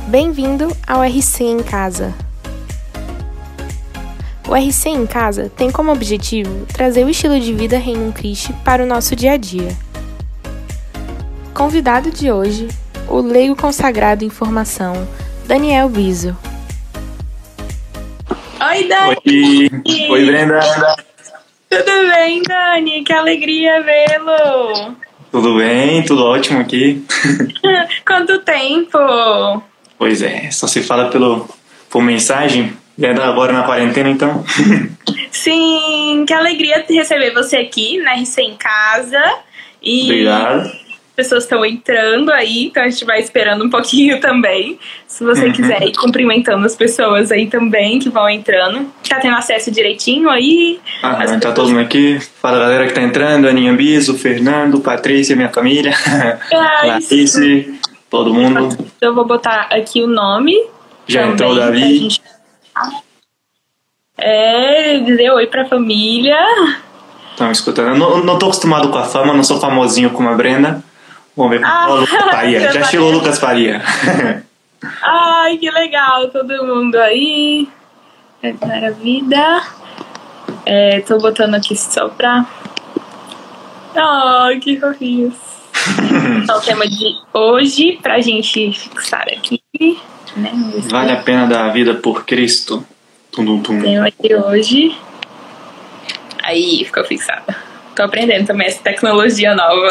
Bem-vindo ao RC em Casa. O RC em Casa tem como objetivo trazer o estilo de vida Reino Christi para o nosso dia a dia. Convidado de hoje, o leigo consagrado em formação, Daniel Biso. Oi, Dani! Oi, Brenda! Tudo bem, Dani? Que alegria vê-lo! Tudo bem, tudo ótimo aqui. Quanto tempo! Pois é, só se fala por mensagem, já agora na quarentena, então. Sim, que alegria receber você aqui na RC em Casa. E obrigado. As pessoas estão entrando aí, então a gente vai esperando um pouquinho também. Se você quiser ir cumprimentando as pessoas aí também que vão entrando. Tá tendo acesso direitinho aí? Tá todo mundo aqui. Fala, galera que tá entrando, Aninha Biso, Fernando, Patrícia, minha família, Clarice, todo mundo. Eu vou botar aqui o nome. Já também, entrou o Davi. Dizer oi pra família. Estão escutando. Eu não tô acostumado com a fama, não sou famosinho como a Brenda. Vamos ver como o Lucas Faria. Já chegou o Lucas Faria. Ai, que legal, todo mundo aí. Para a vida. Tô botando aqui só pra... Ai, que fofinhos. Então, o tema de hoje, pra gente fixar aqui, né? Vale a pena dar a vida por Cristo. O tema de hoje. Aí, ficou fixado. Tô aprendendo também essa tecnologia nova.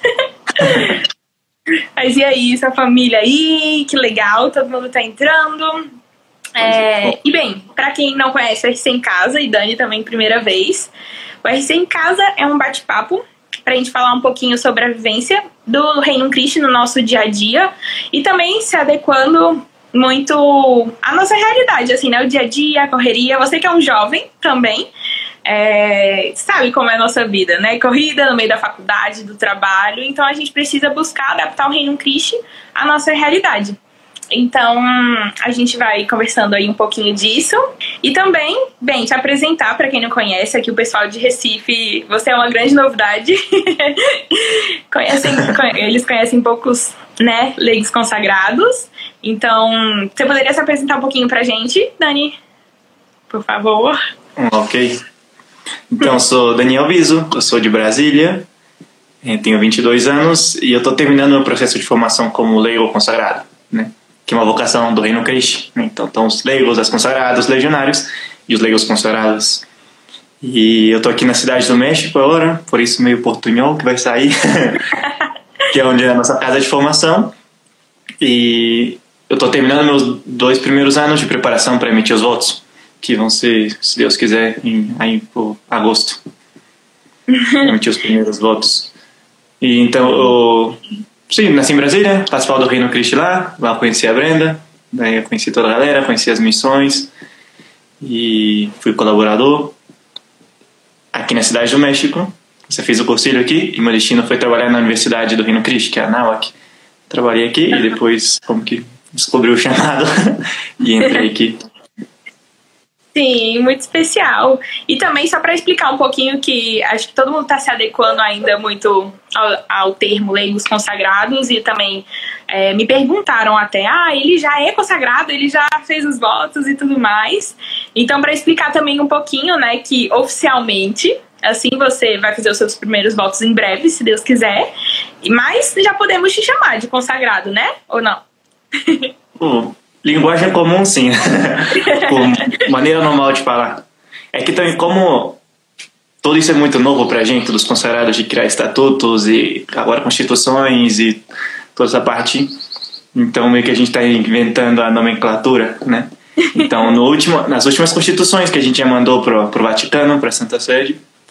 Mas e aí, sua família aí? Que legal, todo mundo tá entrando. E bem, pra quem não conhece o RC em Casa, e Dani também primeira vez, o RC em Casa é um bate-papo pra gente falar um pouquinho sobre a vivência do Reino Christi no nosso dia a dia e também se adequando muito à nossa realidade, assim, né? O dia a dia, a correria. Você que é um jovem também, sabe como é a nossa vida, né? Corrida no meio da faculdade, do trabalho. Então a gente precisa buscar adaptar o Reino Christi à nossa realidade. Então a gente vai conversando aí um pouquinho disso. E também, bem, te apresentar para quem não conhece, aqui o pessoal de Recife, você é uma grande novidade. Eles conhecem poucos, né, leigos consagrados. Então, você poderia se apresentar um pouquinho pra gente, Dani? Por favor. Ok. Então, eu sou Daniel Biso, eu sou de Brasília, tenho 22 anos e eu estou terminando meu processo de formação como leigo consagrado, né? Que é uma vocação do Reino Christi. Então, estão os leigos, os consagrados, os legionários e os leigos consagrados. E eu estou aqui na cidade do México agora, por isso meio portunhol que vai sair, que é onde é a nossa casa de formação. E eu estou terminando meus 2 primeiros anos de preparação para emitir os votos, que vão ser, se Deus quiser, aí por agosto. Emitir os primeiros votos. E então, sim, nasci em Brasília, participava do Reino Christi lá eu conheci a Brenda, daí eu conheci toda a galera, conheci as missões e fui colaborador aqui na cidade do México. Você fez o cursilho aqui e meu destino foi trabalhar na Universidade do Reino Christi, que é a Anáhuac. Trabalhei aqui e depois como que descobri o chamado e entrei aqui. Sim, muito especial. E também só para explicar um pouquinho que acho que todo mundo está se adequando ainda muito ao termo leigos consagrados e também me perguntaram até, ele já é consagrado, ele já fez os votos e tudo mais. Então, para explicar também um pouquinho, né, que oficialmente, assim, você vai fazer os seus primeiros votos em breve, se Deus quiser, mas já podemos te chamar de consagrado, né? Ou não? Linguagem comum, sim. Por maneira normal de falar. É que também, como tudo isso é muito novo pra gente, dos consagrados de criar estatutos e agora constituições e toda essa parte, então meio que a gente tá inventando a nomenclatura, né? Então, nas últimas constituições que a gente já mandou pro Vaticano, pra Santa Sé,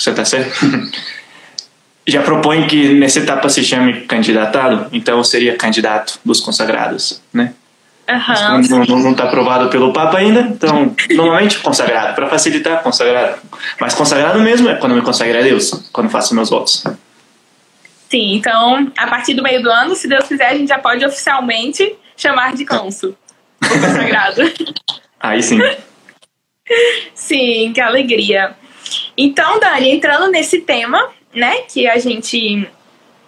já propõe que nessa etapa se chame candidatado, então eu seria candidato dos consagrados, né? Não está aprovado pelo Papa ainda, então normalmente consagrado, para facilitar, consagrado. Mas consagrado mesmo é quando eu me consagro a Deus, quando faço meus votos. Sim, então a partir do meio do ano, se Deus quiser, a gente já pode oficialmente chamar de cônsul, o consagrado. Aí sim. Sim, que alegria. Então, Dani, entrando nesse tema, né, que a gente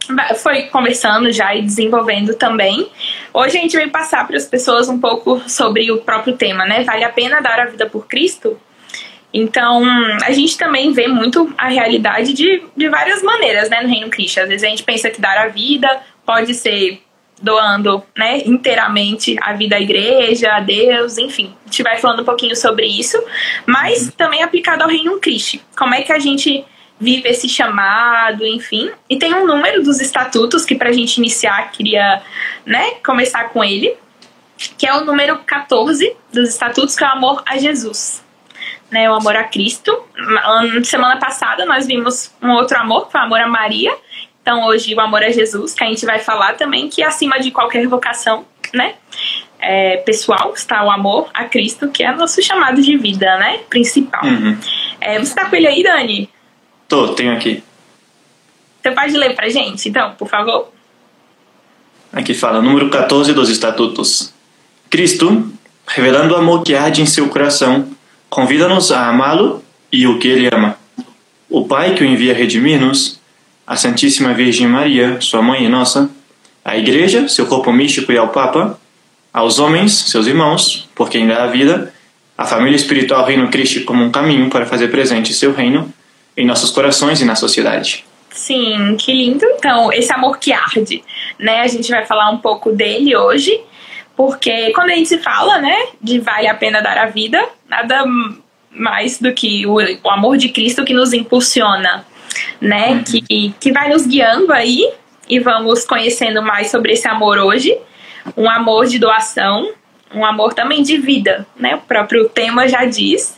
foi conversando já e desenvolvendo também. Hoje a gente veio passar para as pessoas um pouco sobre o próprio tema, né? Vale a pena dar a vida por Cristo? Então, a gente também vê muito a realidade de várias maneiras, né, no Reino Cristo. Às vezes a gente pensa que dar a vida pode ser doando, né, inteiramente a vida à igreja, a Deus, enfim. A gente vai falando um pouquinho sobre isso, mas também aplicado ao Reino Cristo. Como é que a gente vive esse chamado, enfim. E tem um número dos estatutos que, pra gente iniciar, queria, né, começar com ele, que é o número 14 dos estatutos, que é o amor a Jesus, né, o amor a Cristo. Semana passada nós vimos um outro amor, que foi o amor a Maria. Então hoje o amor a Jesus, que a gente vai falar também, que acima de qualquer vocação, né, pessoal, está o amor a Cristo, que é nosso chamado de vida, né, principal. Você tá com ele aí, Dani? Tenho aqui. Você pode ler pra gente, então, por favor? Aqui fala, número 14 dos estatutos. Cristo, revelando o amor que arde em seu coração, convida-nos a amá-lo e o que ele ama. O Pai que o envia a redimir-nos, a Santíssima Virgem Maria, sua mãe e nossa, a Igreja, seu corpo místico e ao Papa, aos homens, seus irmãos, por quem dá a vida, a família espiritual Reino Cristo como um caminho para fazer presente seu reino em nossos corações e na sociedade. Sim, que lindo. Então, esse amor que arde, né? A gente vai falar um pouco dele hoje, porque quando a gente fala, né, de vale a pena dar a vida, nada mais do que o amor de Cristo que nos impulsiona, né? Que vai nos guiando aí, e vamos conhecendo mais sobre esse amor hoje. Um amor de doação, um amor também de vida, né? O próprio tema já diz.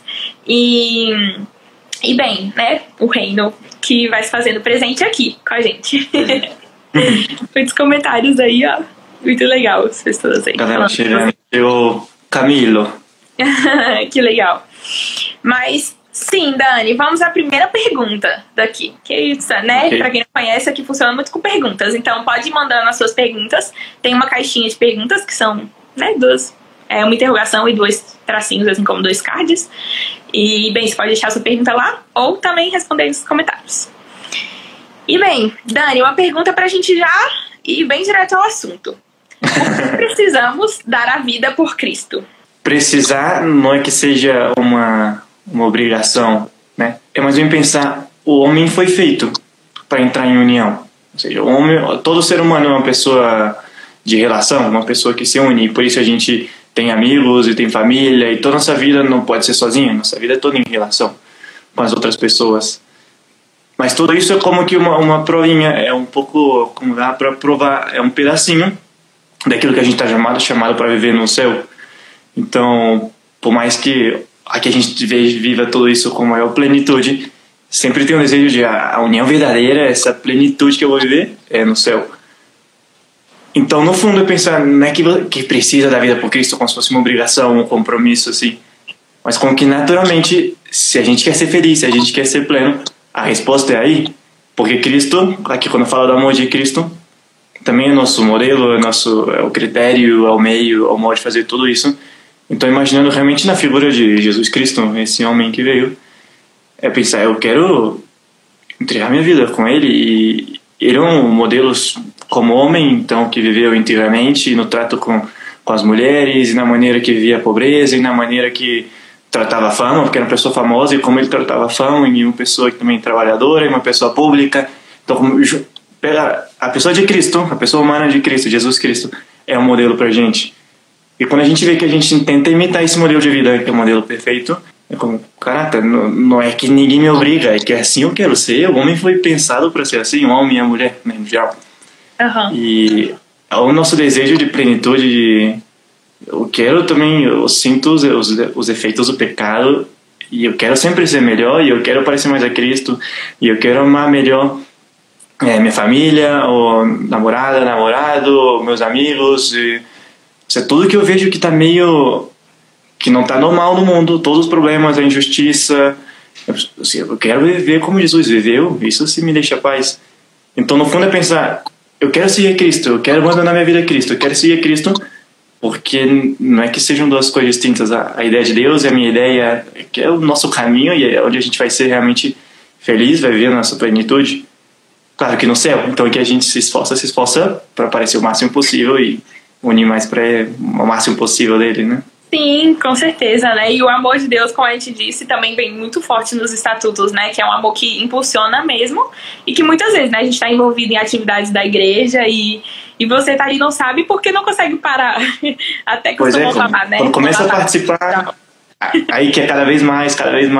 E bem, né, o reino que vai se fazendo presente aqui com a gente. Muitos comentários aí, ó. Muito legal as pessoas aí. Galera, chegou Camilo. Que legal. Mas, sim, Dani, vamos à primeira pergunta daqui. Que é isso, né? Okay. Pra quem não conhece, aqui funciona muito com perguntas. Então, pode ir mandando as suas perguntas. Tem uma caixinha de perguntas que são, né, uma interrogação e 2 tracinhos, assim como 2 cards. E, bem, você pode deixar sua pergunta lá ou também responder nos comentários. E, bem, Dani, uma pergunta pra gente já ir bem direto ao assunto. Por que precisamos dar a vida por Cristo? Precisar não é que seja uma obrigação, né? É mais bem pensar, o homem foi feito para entrar em união. Ou seja, todo ser humano é uma pessoa de relação, uma pessoa que se une. Por isso a gente tem amigos e tem família, e toda a nossa vida não pode ser sozinha, nossa vida é toda em relação com as outras pessoas. Mas tudo isso é como que uma provinha, é um pouco, como dá para provar, é um pedacinho daquilo que a gente está chamado para viver no céu. Então, por mais que aqui a gente viva tudo isso com maior plenitude, sempre tem um desejo de a união verdadeira, essa plenitude que eu vou viver, é no céu. Então, no fundo, é pensar, não é que precisa da vida por Cristo como se fosse uma obrigação, um compromisso, assim, mas como que naturalmente, se a gente quer ser feliz, se a gente quer ser pleno, a resposta é aí, porque Cristo, aqui quando eu falo do amor de Cristo, também é nosso modelo, é o critério, é o meio, é o modo de fazer tudo isso. Então, imaginando realmente na figura de Jesus Cristo, esse homem que veio, é pensar, eu quero entregar minha vida com ele, e ele é um modelo como homem, então, que viveu inteiramente no trato com as mulheres, e na maneira que vivia a pobreza, e na maneira que tratava a fama, porque era uma pessoa famosa, e como ele tratava a fama, e uma pessoa também trabalhadora, e uma pessoa pública. Então, a pessoa de Cristo, a pessoa humana de Cristo, Jesus Cristo, é um modelo pra gente. E quando a gente vê que a gente tenta imitar esse modelo de vida, que é o modelo perfeito, é como, caraca, não é que ninguém me obriga, é que assim eu quero ser. O homem foi pensado para ser assim, o homem e a mulher, né, no geral. E o nosso desejo de plenitude, eu quero também, eu sinto os efeitos do pecado, e eu quero sempre ser melhor, e eu quero parecer mais a Cristo, e eu quero amar melhor minha família, ou namorada, namorado, meus amigos, e isso é tudo que eu vejo que tá meio, que não tá normal no mundo, todos os problemas, a injustiça. Eu quero viver como Jesus viveu, isso sim me deixa paz. Então, no fundo, é pensar, eu quero seguir Cristo, eu quero abandonar minha vida a Cristo, eu quero seguir Cristo, porque não é que sejam 2 coisas distintas. A ideia de Deus e a minha ideia, que é o nosso caminho, e é onde a gente vai ser realmente feliz, vai viver a nossa plenitude. claro que no céu. Então que a gente se esforça para parecer o máximo possível e unir mais para o máximo possível dele, né? Sim, com certeza, né? E o amor de Deus, como a gente disse, também vem muito forte nos estatutos, né? Que é um amor que impulsiona mesmo e que muitas vezes, né, a gente está envolvido em atividades da igreja e você tá ali e não sabe porque não consegue parar. Até que você falar, né? Quando começa a participar, aí que é cada vez mais.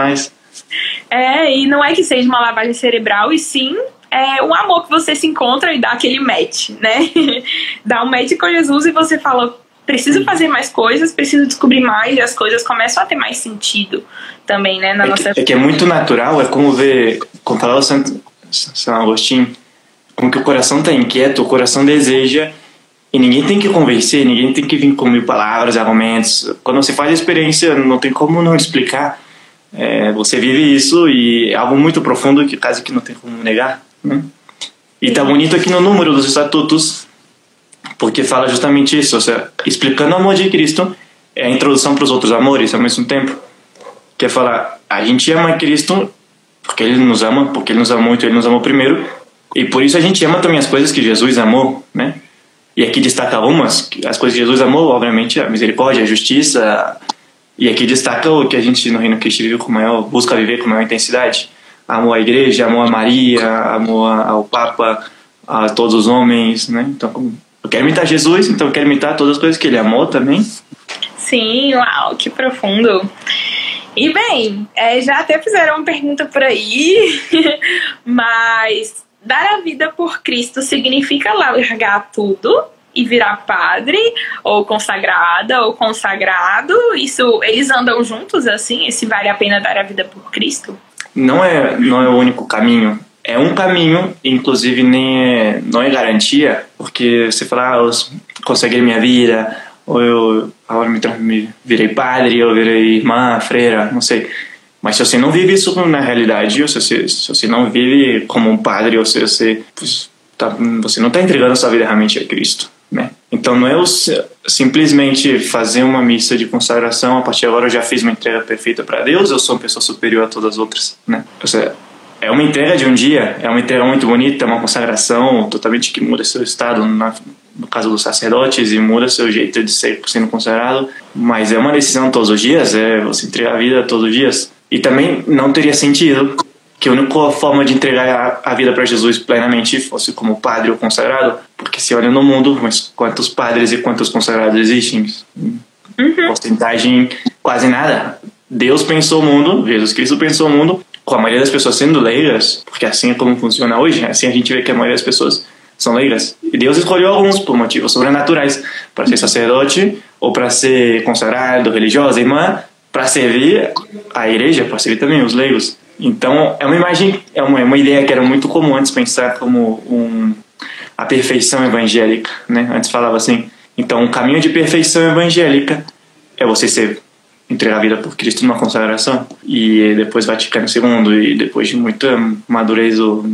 E não é que seja uma lavagem cerebral, e sim é um amor que você se encontra e dá aquele match, né? Dá um match com Jesus e você fala, preciso fazer mais coisas, preciso descobrir mais, e as coisas começam a ter mais sentido também, né? É que é muito natural, é como falava o São Agostinho, como que o coração está inquieto, o coração deseja, e ninguém tem que convencer, ninguém tem que vir com 1000 palavras, argumentos. Quando você faz a experiência, não tem como não explicar. Você vive isso e é algo muito profundo que quase que não tem como negar, né? E tá bonito aqui no número dos estatutos, porque fala justamente isso, ou seja, explicando o amor de Cristo, é a introdução para os outros amores ao mesmo tempo. Que é falar, a gente ama Cristo porque Ele nos ama, porque Ele nos amou, então Ele nos amou primeiro, e por isso a gente ama também as coisas que Jesus amou, né? E aqui destaca algumas, as coisas que Jesus amou, obviamente, a misericórdia, a justiça, e aqui destaca o que a gente no Reino Cristo vive busca viver com maior intensidade. Amor à igreja, amor a Maria, amor ao Papa, a todos os homens, né? Então, eu quero imitar Jesus, então eu quero imitar todas as coisas que Ele amou também. Sim, uau, que profundo. E bem, já até fizeram uma pergunta por aí, mas dar a vida por Cristo significa largar tudo e virar padre, ou consagrada, ou consagrado? Isso, eles andam juntos assim? Esse vale a pena dar a vida por Cristo? Não é o único caminho. É um caminho, inclusive não é garantia, porque você fala, eu consegui minha vida, ou eu agora me virei padre, ou virei irmã, freira, não sei. Mas se você não vive isso na realidade, ou se você não vive como um padre, ou se você não está entregando a sua vida realmente a Cristo, né? Então não é simplesmente fazer uma missa de consagração, a partir de agora eu já fiz uma entrega perfeita para Deus, eu sou uma pessoa superior a todas as outras, né? Ou seja, é uma entrega de um dia, é uma entrega muito bonita, é uma consagração totalmente que muda seu estado, no caso dos sacerdotes, e muda seu jeito de ser sendo consagrado, mas é uma decisão todos os dias, é você entregar a vida todos os dias. E também não teria sentido que a única forma de entregar a vida para Jesus plenamente fosse como padre ou consagrado, porque se olha no mundo, mas quantos padres e quantos consagrados existem? Porcentagem quase nada. Deus pensou o mundo, Jesus Cristo pensou o mundo, com a maioria das pessoas sendo leigas, porque assim é como funciona hoje, assim a gente vê que a maioria das pessoas são leigas. E Deus escolheu alguns por motivos sobrenaturais, para ser sacerdote, ou para ser consagrado, religiosa, irmã, para servir a igreja, para servir também os leigos. Então, é uma imagem, é uma ideia que era muito comum antes pensar como a perfeição evangélica, né? Antes falava assim, então, um caminho de perfeição evangélica é você entregar a vida por Cristo numa consagração. E depois Vaticano II, e depois de muita madurez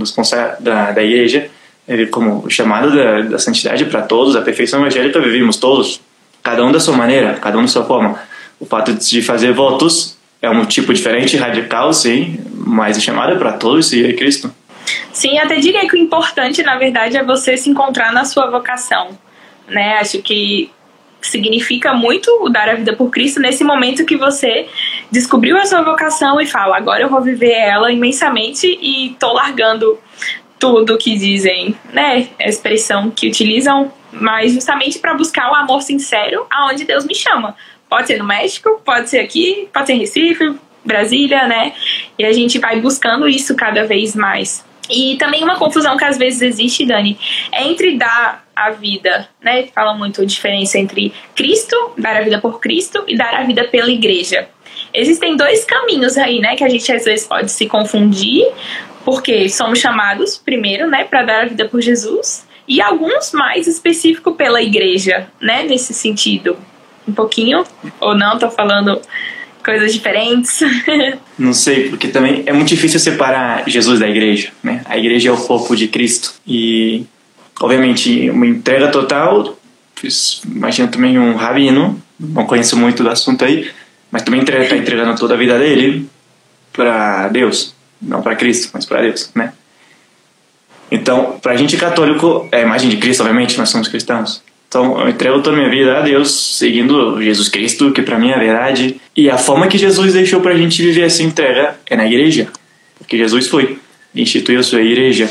da igreja, como o chamado da santidade para todos, a perfeição evangélica vivemos todos, cada um da sua maneira, cada um da sua forma. O fato de fazer votos é um tipo diferente, radical, sim, mas o chamado é para todos seguir Cristo. Sim, até diria que o importante, na verdade, é você se encontrar na sua vocação, né? Acho que significa muito o dar a vida por Cristo nesse momento que você descobriu a sua vocação e fala, agora eu vou viver ela imensamente e tô largando tudo que dizem, né? A expressão que utilizam, mas justamente para buscar o amor sincero aonde Deus me chama. Pode ser no México, pode ser aqui, pode ser em Recife, Brasília, né? E a gente vai buscando isso cada vez mais. E também uma confusão que às vezes existe, Dani, é entre dar a vida, né? Fala muito a diferença entre Cristo, dar a vida por Cristo, e dar a vida pela igreja. Existem dois caminhos aí, né? Que a gente às vezes pode se confundir, porque somos chamados, primeiro, né? Para dar a vida por Jesus, e alguns mais específicos pela igreja, né? Nesse sentido. Um pouquinho, ou não, tô falando coisas diferentes. Não sei, porque também é muito difícil separar Jesus da igreja, né? A igreja é o corpo de Cristo e, obviamente, uma entrega total. Imagino também um rabino, não conheço muito do assunto aí, mas também está entregando toda a vida dele para Deus, não para Cristo, mas para Deus, né? Então, pra gente católico, é a imagem de Cristo, obviamente, nós somos cristãos. Então, eu entrego toda a minha vida a Deus, seguindo Jesus Cristo, que pra mim é a verdade. E a forma que Jesus deixou pra gente viver essa entrega é na igreja. Porque Jesus foi, instituiu a sua igreja.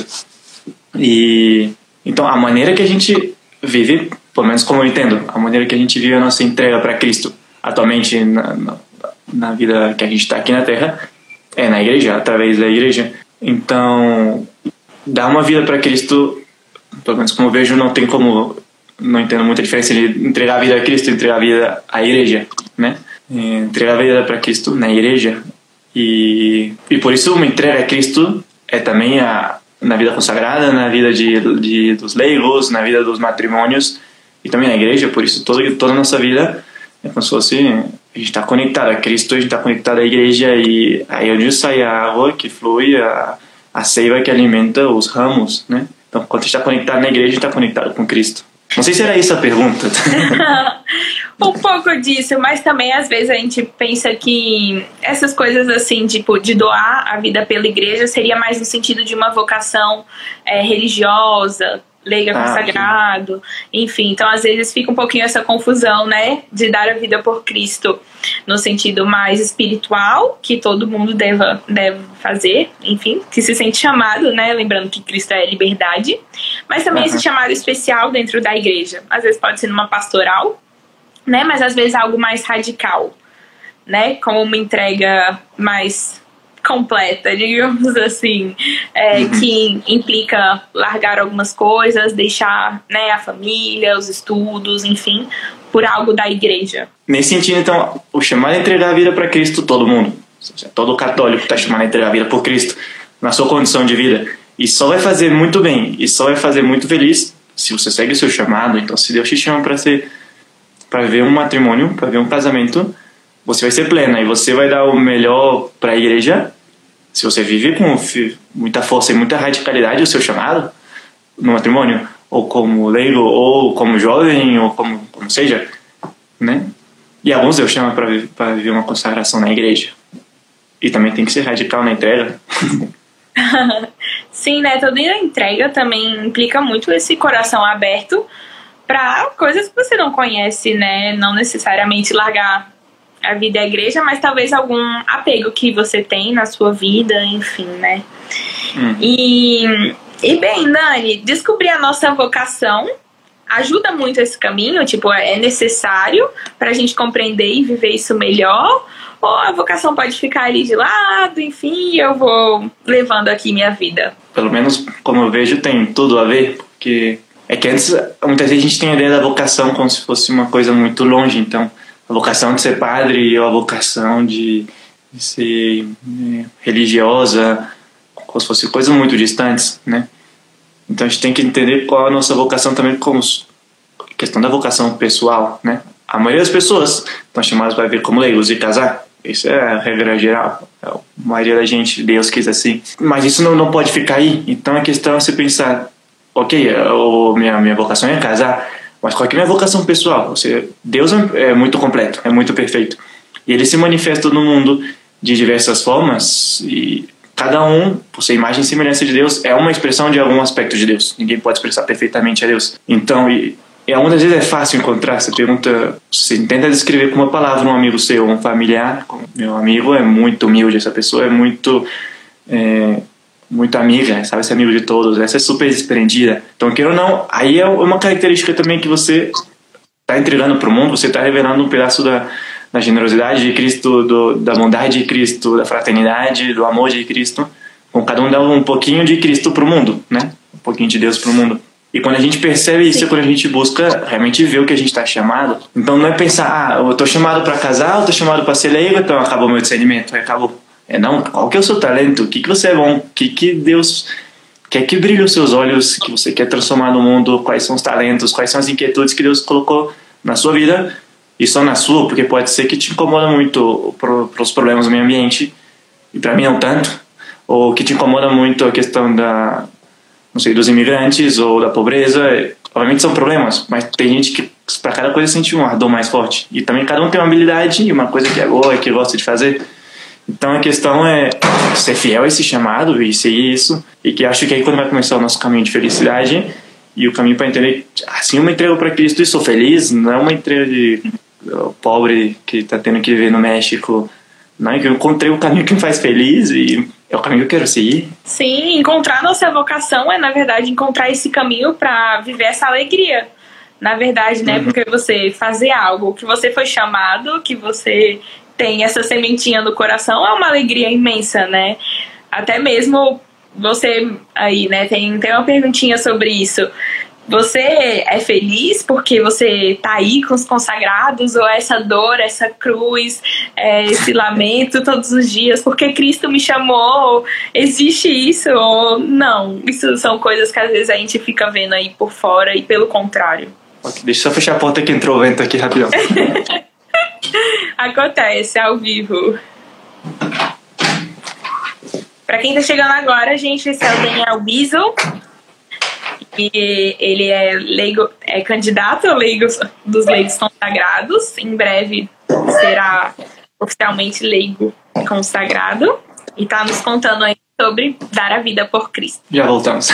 E então, a maneira que a gente vive, pelo menos como eu entendo, a maneira que a gente vive a nossa entrega para Cristo, atualmente na vida que a gente está aqui na Terra, é na igreja, através da igreja. Então, dar uma vida para Cristo, pelo menos como eu vejo, não entendo muita diferença de entregar a vida a Cristo e entregar a vida à igreja, né? Entregar a vida para Cristo na igreja. E por isso uma entrega a Cristo é também na vida consagrada, na vida dos leigos, na vida dos matrimônios e também na igreja. Por isso toda a nossa vida é como se fosse, a gente está conectado a Cristo, a gente está conectado à igreja, e aí onde sai a água que flui, a seiva que alimenta os ramos, né? Então quando a gente está conectado na igreja, a gente está conectado com Cristo. Não sei se era isso a pergunta. Um pouco disso, mas também às vezes a gente pensa que essas coisas assim, tipo, de doar a vida pela igreja seria mais no sentido de uma vocação religiosa, leiga, consagrado, enfim. Então às vezes fica um pouquinho essa confusão, né, de dar a vida por Cristo no sentido mais espiritual, que todo mundo deve fazer, enfim, que se sente chamado, né, lembrando que Cristo é liberdade, mas também esse chamado especial dentro da igreja. Às vezes pode ser numa pastoral, né, mas às vezes algo mais radical, né, como uma entrega mais completa, digamos assim, que implica largar algumas coisas, deixar, né, a família, os estudos, enfim, por algo da igreja. Nesse sentido, então, o chamado a entregar a vida para Cristo, todo mundo, ou seja, todo católico está chamado a entregar a vida por Cristo na sua condição de vida, e só vai fazer muito bem, e só vai fazer muito feliz se você segue o seu chamado. Então, se Deus te chama para ver um matrimônio, para ver um casamento, você vai ser plena e você vai dar o melhor para a igreja. Se você vive com muita força e muita radicalidade o seu chamado no matrimônio, ou como leigo, ou como jovem, ou como seja, né? E alguns Deus chama para viver uma consagração na igreja. E também tem que ser radical na entrega. Sim, né? Toda entrega também implica muito esse coração aberto para coisas que você não conhece, né? Não necessariamente largar a vida e a igreja, mas talvez algum apego que você tem na sua vida, enfim, né? E bem, Nani, descobrir a nossa vocação ajuda muito esse caminho, tipo, é necessário pra gente compreender e viver isso melhor, ou a vocação pode ficar ali de lado, enfim, eu vou levando aqui minha vida? Pelo menos, como eu vejo, tem tudo a ver, porque é que antes, muitas vezes a gente tem a ideia da vocação como se fosse uma coisa muito longe. Então, a vocação de ser padre ou a vocação de ser religiosa, como se fosse coisas muito distantes, né? Então a gente tem que entender qual é a nossa vocação também, como questão da vocação pessoal, né? A maioria das pessoas estão chamadas para vir como leigos e casar. Isso é a regra geral. A maioria da gente, Deus quis assim. Mas isso não pode ficar aí. Então a questão é você pensar, ok, minha vocação é casar, mas qual é a minha vocação pessoal? Deus é muito completo, é muito perfeito. E ele se manifesta no mundo de diversas formas, e cada um, por ser imagem e semelhança de Deus, é uma expressão de algum aspecto de Deus. Ninguém pode expressar perfeitamente a Deus. Então, e muitas vezes é fácil encontrar. Você tenta descrever com uma palavra um amigo seu, um familiar. Meu amigo é muito humilde, essa pessoa é muito amiga, sabe, ser amigo de todos, essa é super desprendida. Então, queira ou não, aí é uma característica também que você está entregando para o mundo, você está revelando um pedaço da generosidade de Cristo, da bondade de Cristo, da fraternidade, do amor de Cristo. Com cada um dá um pouquinho de Cristo para o mundo, né? Um pouquinho de Deus para o mundo. E quando a gente percebe isso, é quando a gente busca realmente ver o que a gente está chamado. Então não é pensar, eu estou chamado para casar, eu estou chamado para ser leigo, então acabou meu discernimento, acabou. Não, qual que é o seu talento? O que você é bom? O que Deus quer que brilhe os seus olhos, que você quer transformar no mundo? Quais são os talentos? Quais são as inquietudes que Deus colocou na sua vida? E só na sua, porque pode ser que te incomoda muito os problemas do meio ambiente, e para mim não tanto. Ou que te incomoda muito a questão dos imigrantes ou da pobreza. Obviamente são problemas, mas tem gente que para cada coisa sente um ardor mais forte. E também cada um tem uma habilidade e uma coisa que é boa e que gosta de fazer. Então a questão é ser fiel a esse chamado e seguir isso, e que acho que aí quando vai começar o nosso caminho de felicidade e o caminho para entender, assim, uma entrega para Cristo e sou feliz, não é uma entrega de pobre que está tendo que viver no México, não, é que eu encontrei o caminho que me faz feliz e é o caminho que eu quero seguir. Sim, encontrar nossa vocação é, na verdade, encontrar esse caminho para viver essa alegria. Na verdade, né? Porque você fazer algo que você foi chamado, que você tem essa sementinha no coração, é uma alegria imensa, né? Até mesmo você aí, né? Tem uma perguntinha sobre isso. Você é feliz porque você tá aí com os consagrados, ou essa dor, essa cruz, esse lamento todos os dias, porque Cristo me chamou? Existe isso ou não? Isso são coisas que às vezes a gente fica vendo aí por fora e pelo contrário. Ok, deixa eu só fechar a porta que entrou o vento aqui rapidão. Acontece ao vivo. Pra quem tá chegando agora, gente, esse é o Daniel Biso. E ele é leigo, é candidato a leigo dos leigos consagrados. Em breve será oficialmente leigo consagrado. E tá nos contando aí sobre dar a vida por Cristo. Já voltamos.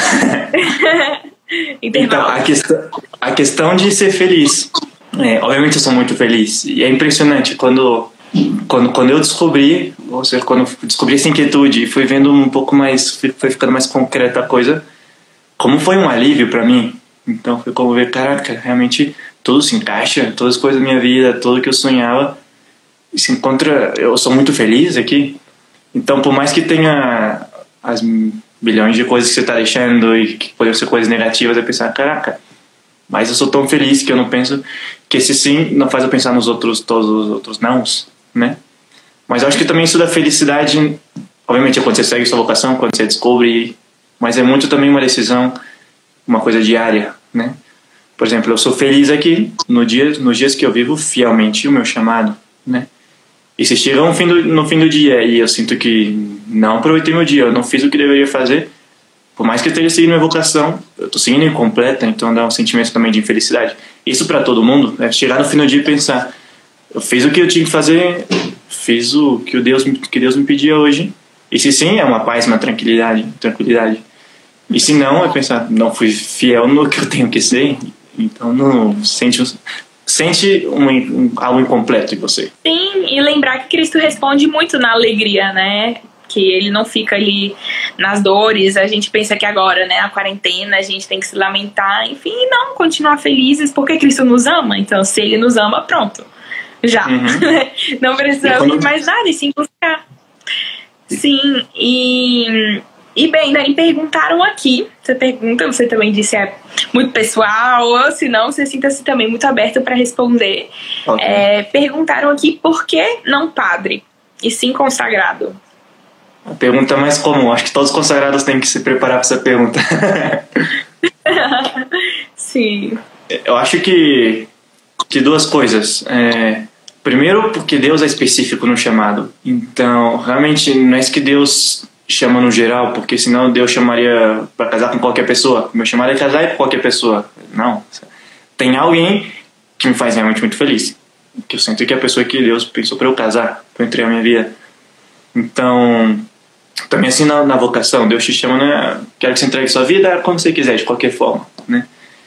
Então, a questão de ser feliz. Obviamente eu sou muito feliz. E é impressionante quando eu descobri, ou seja, quando eu descobri essa inquietude e fui vendo um pouco mais, foi ficando mais concreta a coisa, como foi um alívio para mim. Então foi como ver, caraca, realmente tudo se encaixa, todas as coisas da minha vida, tudo que eu sonhava se encontra. Eu sou muito feliz aqui. Então, por mais que tenha as bilhões de coisas que você está deixando e que podem ser coisas negativas, eu pensar, caraca, mas eu sou tão feliz que eu não penso que esse sim não faz eu pensar nos outros, todos os outros nãos, né? Mas eu acho que também isso da felicidade, obviamente é quando você segue sua vocação, quando você descobre, mas é muito também uma decisão, uma coisa diária, né? Por exemplo, eu sou feliz aqui nos dias que eu vivo fielmente o meu chamado, né? E se chega no fim do dia e eu sinto que não aproveitei meu dia, eu não fiz o que deveria fazer, por mais que eu esteja seguindo minha vocação, eu estou seguindo incompleta, então dá um sentimento também de infelicidade. Isso para todo mundo, é chegar no fim do dia e pensar, eu fiz o que eu tinha que fazer, fiz o que Deus me pedia hoje, e se sim, é uma paz, uma tranquilidade. E se não, é pensar, não fui fiel no que eu tenho que ser, então não sente algo incompleto em você. Sim, e lembrar que Cristo responde muito na alegria, né? Que ele não fica ali nas dores. A gente pensa que agora, né, na quarentena, a gente tem que se lamentar, enfim, não, continuar felizes, porque Cristo nos ama. Então, se ele nos ama, pronto, já. Não precisamos de mais nada, e sim buscar. Sim, e bem, daí perguntaram aqui, você também disse é muito pessoal, ou se não, você sinta-se também muito aberto para responder. Okay. Perguntaram aqui, por que não padre, e sim consagrado? A pergunta mais comum, acho que todos os consagrados têm que se preparar para essa pergunta. Sim. Eu acho que duas coisas. Primeiro, porque Deus é específico no chamado. Então, realmente, não é isso que Deus chama no geral, porque senão Deus chamaria para casar com qualquer pessoa. Meu chamado é casar com qualquer pessoa. Não. Tem alguém que me faz realmente muito feliz. Que eu sinto que é a pessoa que Deus pensou para eu casar, para eu entregar a minha vida. Então, também assim na vocação, Deus te chama, né? Quero que você entregue sua vida como você quiser, de qualquer forma, né?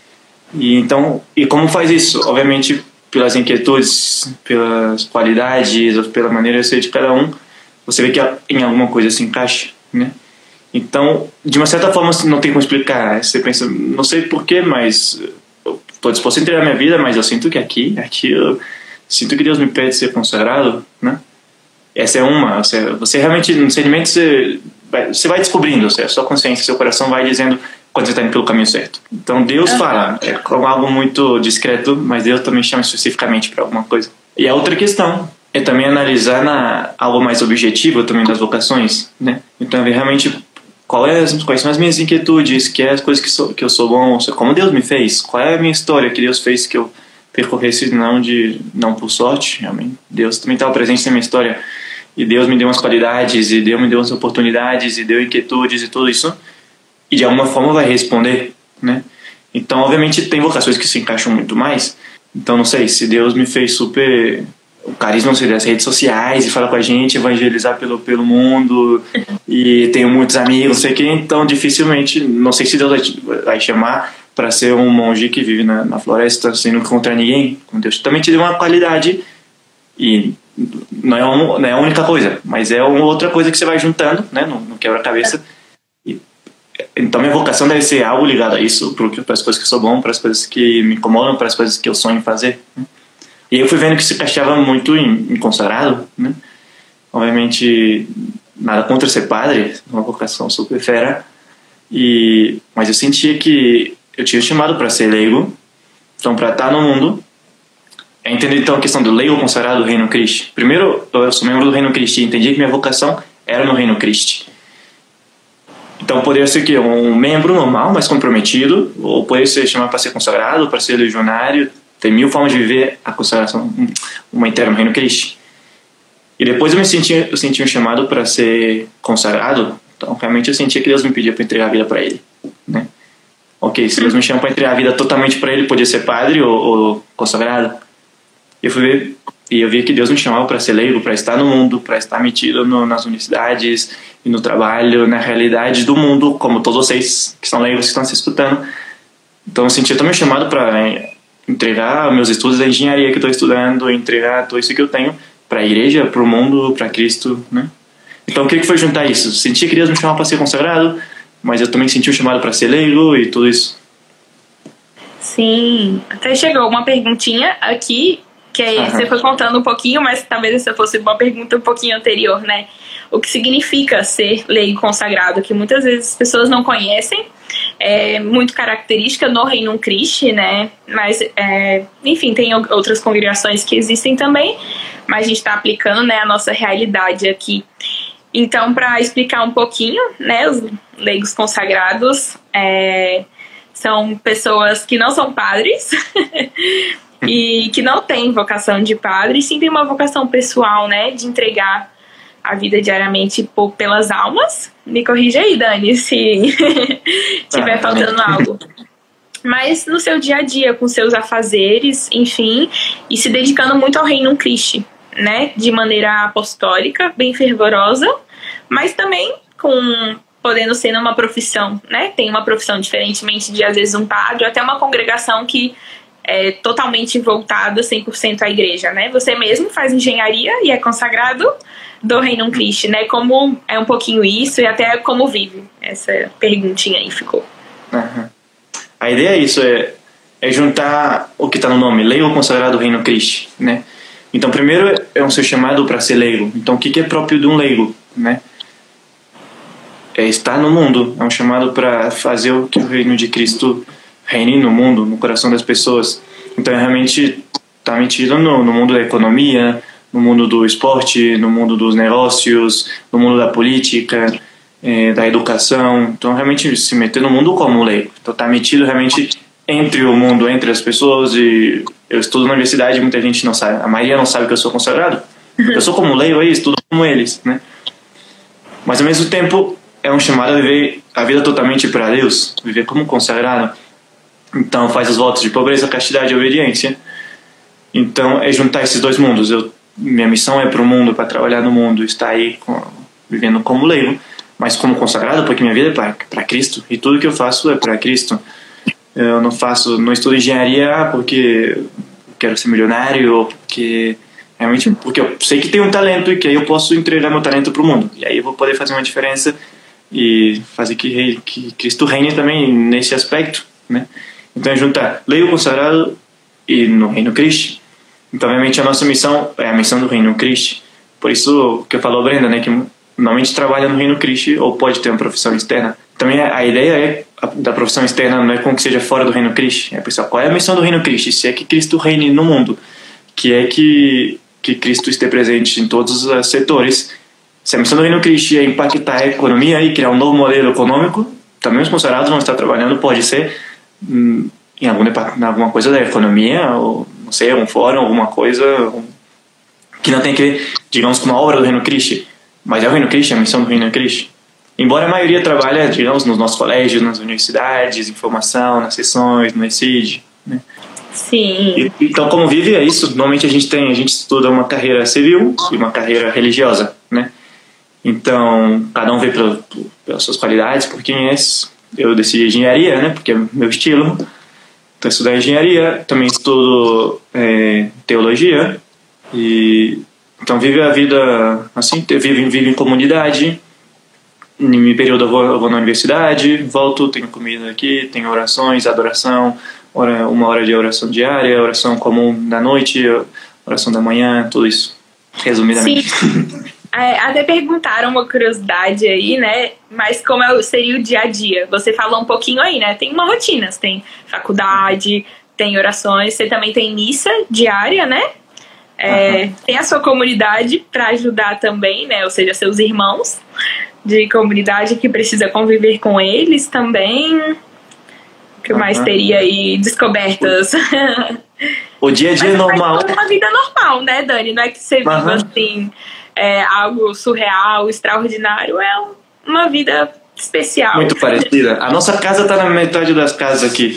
E como faz isso? Obviamente, pelas inquietudes, pelas qualidades, ou pela maneira de ser de cada um, você vê que em alguma coisa se encaixa, né? Então, de uma certa forma, não tem como explicar. Você pensa, não sei porquê, mas eu estou disposto a entregar minha vida, mas eu sinto que aqui eu sinto que Deus me pede ser consagrado, né? Essa é uma. Você realmente, no discernimento, você vai descobrindo, a sua consciência, seu coração vai dizendo quando você está indo pelo caminho certo. Então Deus fala, é como algo muito discreto, mas Deus também chama especificamente para alguma coisa. E a outra questão é também analisar algo mais objetivo também das vocações, né? Então ver realmente quais são as minhas inquietudes, que é as coisas que eu sou bom, como Deus me fez, qual é a minha história que Deus fez que eu percorresse não por sorte, realmente. Deus também estava presente na minha história. E Deus me deu umas qualidades, e Deus me deu umas oportunidades, e deu inquietudes e tudo isso. E de alguma forma vai responder, né? Então, obviamente, tem vocações que se encaixam muito mais. Então, não sei, se Deus me fez super o carisma das redes sociais e falar com a gente, evangelizar pelo mundo e tenho muitos amigos, não sei o que, então dificilmente, não sei se Deus vai chamar para ser um monge que vive na floresta sem não encontrar ninguém. Deus também te deu uma qualidade e não é a única coisa, mas é uma outra coisa que você vai juntando, né, no quebra-cabeça. Então minha vocação deve ser algo ligado a isso, para as coisas que eu sou bom, para as coisas que me incomodam, para as coisas que eu sonho em fazer, né? E eu fui vendo que se encaixava muito em consagrado, né? Obviamente, nada contra ser padre, uma vocação super fera, mas eu sentia que eu tinha chamado para ser leigo, então para estar no mundo, entender então a questão do leigo consagrado do Reino Cristo. Primeiro, eu sou membro do Reino Cristo e entendi que minha vocação era no Reino Cristo. Então poderia ser que um membro normal, mais comprometido, ou poderia ser chamado para ser consagrado, para ser legionário. Tem 1000 formas de viver a consagração, uma inteira no Reino Cristo. E depois eu senti um chamado para ser consagrado. Então realmente eu sentia que Deus me pedia para entregar a vida para Ele, né? Ok, se Deus me chama para entregar a vida totalmente para Ele, podia ser padre ou consagrado. Eu fui ver e eu vi que Deus me chamava para ser leigo, para estar no mundo, para estar metido nas universidades e no trabalho, na realidade do mundo, como todos vocês que são leigos que estão se escutando. Então eu senti também chamado para entregar meus estudos da engenharia que estou estudando, entregar tudo isso que eu tenho para a igreja, para o mundo, para Cristo, né? Então o que foi juntar isso? Senti que Deus me chamava para ser consagrado, mas eu também senti um chamado para ser leigo e tudo isso. Sim, até chegou uma perguntinha aqui, que aí você foi contando um pouquinho, mas talvez essa fosse uma pergunta um pouquinho anterior, né? O que significa ser leigo consagrado, que muitas vezes as pessoas não conhecem, é muito característica no Reino Cristo, né? Mas, enfim, tem outras congregações que existem também, mas a gente está aplicando, né, a nossa realidade aqui. Então, para explicar um pouquinho, né, os leigos consagrados são pessoas que não são padres e que não têm vocação de padre, sim tem uma vocação pessoal, né, de entregar a vida diariamente pelas almas. Me corrija aí, Dani, se estiver faltando algo. Mas no seu dia a dia, com seus afazeres, enfim, e se dedicando muito ao Reino Cristo, né, de maneira apostólica, bem fervorosa, mas também podendo ser numa profissão, né, tem uma profissão diferentemente de, às vezes, um padre, ou até uma congregação que é totalmente voltada 100% à igreja, né, você mesmo faz engenharia e é consagrado do Reino Cristo, né, como é um pouquinho isso e até como vive, essa perguntinha aí ficou. Uhum. A ideia é isso, é juntar o que está no nome, leigo consagrado do Reino Cristo, né. Então, primeiro é um seu chamado para ser leigo. Então, o que é próprio de um leigo, né? É estar no mundo. É um chamado para fazer o que o reino de Cristo reine no mundo, no coração das pessoas. Então, é realmente estar metido no mundo da economia, no mundo do esporte, no mundo dos negócios, no mundo da política, da educação. Então, realmente se meter no mundo como um leigo. Então, estar metido realmente entre o mundo, entre as pessoas. E eu estudo na universidade, muita gente não sabe, a maioria não sabe que eu sou consagrado. Eu sou como leigo aí, estudo como eles, né? Mas ao mesmo tempo é um chamado a viver a vida totalmente para Deus, viver como consagrado. Então faz os votos de pobreza, castidade e obediência. Então é juntar esses dois mundos. Minha missão é para o mundo, para trabalhar no mundo, estar aí vivendo como leigo, mas como consagrado, porque minha vida é para Cristo e tudo que eu faço é para Cristo. Eu não estudo engenharia porque quero ser milionário ou porque realmente porque eu sei que tenho um talento e que aí eu posso entregar meu talento para o mundo e aí eu vou poder fazer uma diferença e fazer que Cristo reine também nesse aspecto, né? Então é juntar leigo consagrado e no Reino Cristo. Então obviamente a nossa missão é a missão do Reino Cristo. Por isso que eu falo, Brenda, né, que normalmente trabalha no Reino Cristo ou pode ter uma profissão externa. Também a ideia da profissão externa não é como que seja fora do Reino Cristo. É, pessoal, qual é a missão do Reino Cristo? Se é que Cristo reine no mundo, que é que Cristo esteja presente em todos os setores. Se a missão do Reino Cristo é impactar a economia e criar um novo modelo econômico, também os consagrados vão estar trabalhando, pode ser em alguma coisa da economia, ou não sei, algum fórum, alguma coisa que não tem que ver, digamos, com uma obra do Reino Cristo. Mas é o Reino Cristo, é a missão do Reino Cristo. Embora a maioria trabalhe, digamos, nos nossos colégios, nas universidades, em formação, nas sessões, no ECID, né? Sim. Então, como vive é isso. Normalmente a gente estuda uma carreira civil e uma carreira religiosa, né? Então, cada um vê pelas suas qualidades, por quem é. Eu decidi engenharia, né? Porque é meu estilo. Então, estudar engenharia. Também estudo teologia. E então, vive a vida assim, vive em comunidade. Em meu período eu vou na universidade, volto, tenho comida aqui, tenho orações, adoração, uma hora de oração diária, oração comum da noite, oração da manhã, tudo isso, resumidamente. Sim. Até perguntaram uma curiosidade aí, né? Mas como seria o dia a dia? Você falou um pouquinho aí, né? Tem uma rotina, você tem faculdade, tem orações, você também tem missa diária, né? Tem a sua comunidade para ajudar também, né? Ou seja, seus irmãos de comunidade que precisa conviver com eles também. O que mais teria aí? Descobertas. O dia a dia é normal. É uma vida normal, né, Dani? Não é que você viva assim, algo surreal, extraordinário. É uma vida especial. Muito parecida. A nossa casa tá na metade das casas aqui.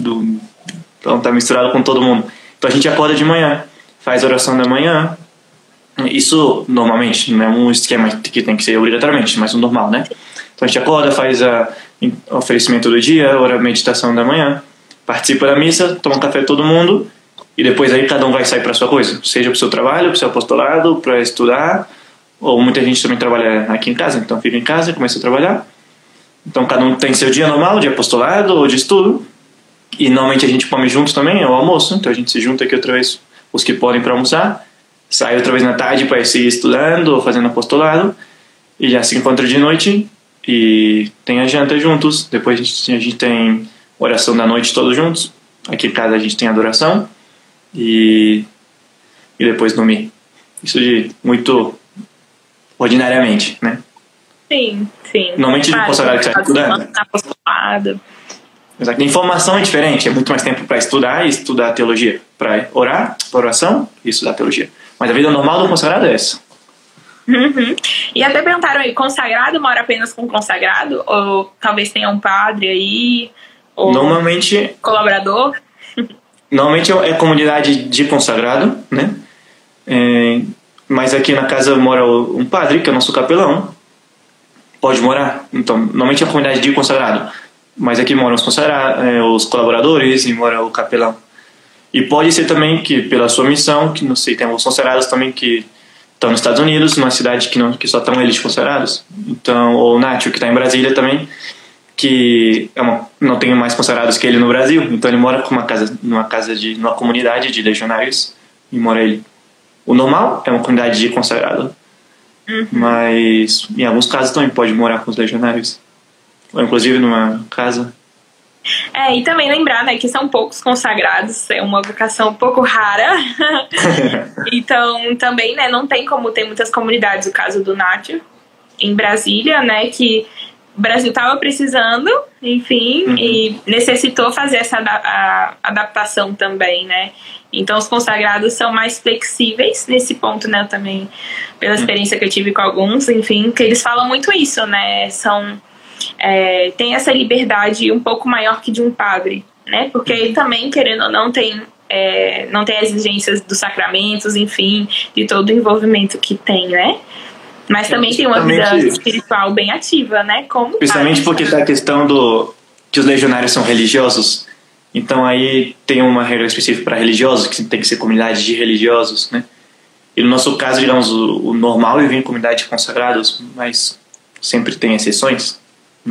Então tá misturado com todo mundo. Então a gente acorda de manhã, faz oração da manhã. Isso normalmente, não é um esquema que tem que ser obrigatoriamente, mas o normal, né? Então a gente acorda, faz o oferecimento do dia, a meditação da manhã, participa da missa, toma um café todo mundo e depois aí cada um vai sair para sua coisa, seja para o seu trabalho, para o seu apostolado, para estudar, ou muita gente também trabalha aqui em casa, então fica em casa e começa a trabalhar. Então cada um tem seu dia normal de apostolado ou de estudo e normalmente a gente come juntos também, é o almoço, então a gente se junta aqui outra vez, os que podem para almoçar, sai outra vez na tarde para seguir estudando ou fazendo apostolado e já se encontra de noite e tem a janta juntos. Depois a gente tem oração da noite todos juntos. Aqui em casa a gente tem adoração e depois dormir. Isso de muito ordinariamente, né? Sim. Normalmente de apostolado que você está estudando. Apostolado. Exato. A informação é diferente, é muito mais tempo para estudar e estudar teologia. Para orar, para oração e estudar teologia. Mas a vida normal do consagrado é essa. Uhum. E até perguntaram aí, consagrado mora apenas com consagrado? Ou talvez tenha um padre aí? Ou normalmente colaborador? Normalmente é comunidade de consagrado, né? Mas aqui na casa mora um padre, que é o nosso capelão. Pode morar. Então, normalmente é a comunidade de consagrado. Mas aqui moram os colaboradores e mora o capelão. E pode ser também que pela sua missão, que não sei, tem alguns consagrados também que estão nos Estados Unidos, numa cidade que só estão eles consagrados. Então, ou o Nátio, que está em Brasília também, que não tem mais consagrados que ele no Brasil. Então ele mora numa comunidade de legionários e mora ele. O normal é uma comunidade de consagrado. Mas em alguns casos também pode morar com os legionários. Ou inclusive numa casa. E também lembrar, né, que são poucos consagrados, é uma vocação um pouco rara. Então, também, né, não tem como ter muitas comunidades, o caso do Nátio, em Brasília, né, que o Brasil estava precisando, enfim, e necessitou fazer essa adaptação também, né. Então, os consagrados são mais flexíveis nesse ponto, né, também, pela experiência que eu tive com alguns, enfim, que eles falam muito isso, né, tem essa liberdade um pouco maior que de um padre, né? Porque ele também, querendo ou não, tem as exigências dos sacramentos, enfim, de todo o envolvimento que tem, né? Mas também tem uma vida espiritual bem ativa, né? Principalmente porque tá a questão que os legionários são religiosos, então aí tem uma regra específica para religiosos, que tem que ser comunidade de religiosos, né? E no nosso caso, digamos, o normal é vir em comunidade de consagrados, mas sempre tem exceções.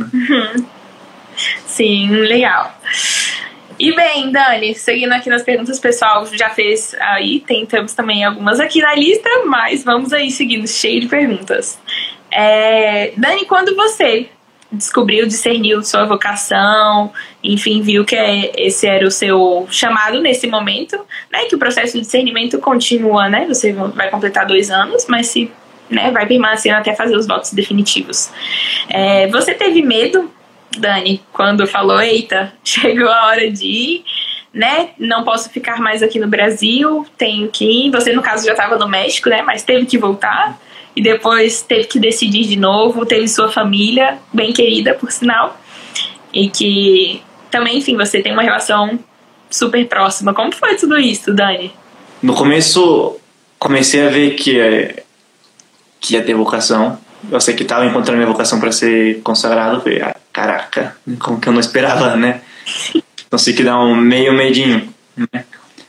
Sim, legal. E bem, Dani, seguindo aqui nas perguntas, pessoal já fez aí, temos também algumas aqui na lista, mas vamos aí seguindo, cheio de perguntas. Dani, quando você discerniu sua vocação, enfim, viu que esse era o seu chamado nesse momento, né, que o processo de discernimento continua, né, você vai completar 2 anos, mas vai permanecendo até fazer os votos definitivos. Você teve medo, Dani, quando falou, eita, chegou a hora de ir, né? Não posso ficar mais aqui no Brasil, tenho que ir. Você, no caso, já estava no México, né? Mas teve que voltar e depois teve que decidir de novo. Teve sua família, bem querida, por sinal, e que também, enfim, você tem uma relação super próxima. Como foi tudo isso, Dani? No começo, comecei a ver que ia ter vocação. Eu sei que estava encontrando minha vocação para ser consagrado. Eu falei, caraca, como que eu não esperava, né? Então, sei que dá um meio medinho, né?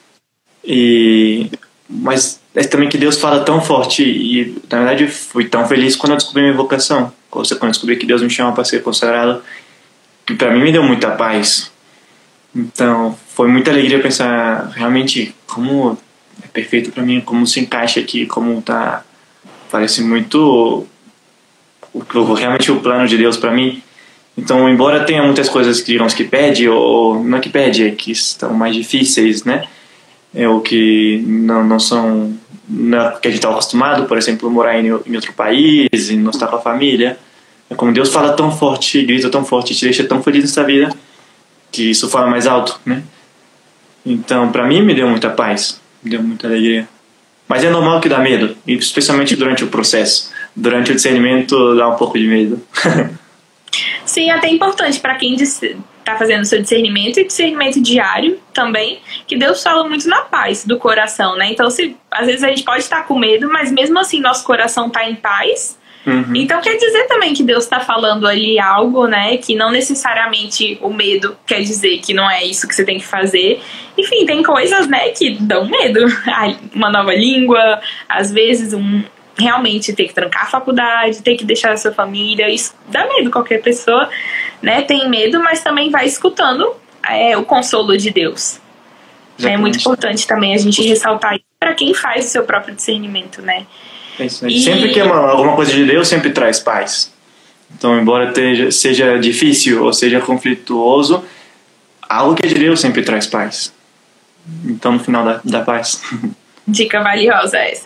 Mas é também que Deus fala tão forte. E, na verdade, fui tão feliz quando eu descobri minha vocação. Quando eu descobri que Deus me chama para ser consagrado, que para mim me deu muita paz. Então, foi muita alegria pensar realmente como é perfeito para mim, como se encaixa aqui, como tá. Parece muito realmente o plano de Deus para mim. Então, embora tenha muitas coisas que digamos que pede, ou não é que pede, é que estão mais difíceis, né? É o que não são, não é que a gente está acostumado, por exemplo, morar em outro país e não estar com a família. É como Deus fala tão forte, grita tão forte, te deixa tão feliz nessa vida, que isso fala mais alto, né? Então, para mim, me deu muita paz, me deu muita alegria. Mas é normal que dá medo, especialmente durante o processo. Durante o discernimento, dá um pouco de medo. Sim, é até importante para quem está fazendo o seu discernimento e discernimento diário também, que Deus fala muito na paz do coração, né? Então, às vezes a gente pode estar com medo, mas mesmo assim nosso coração está em paz. Uhum. Então quer dizer também que Deus está falando ali algo, né? Que não necessariamente o medo quer dizer que não é isso que você tem que fazer. Enfim, tem coisas, né, que dão medo. Uma nova língua, às vezes realmente ter que trancar a faculdade, ter que deixar a sua família, isso dá medo. Qualquer pessoa, né, tem medo, mas também vai escutando o consolo de Deus. Exatamente. É muito importante também a gente ressaltar isso para quem faz o seu próprio discernimento, né? É isso aí. Sempre que alguma coisa de Deus, sempre traz paz. Então, embora seja difícil ou seja conflituoso, algo que é de Deus sempre traz paz. Então, no final dá paz. Dica valiosa essa.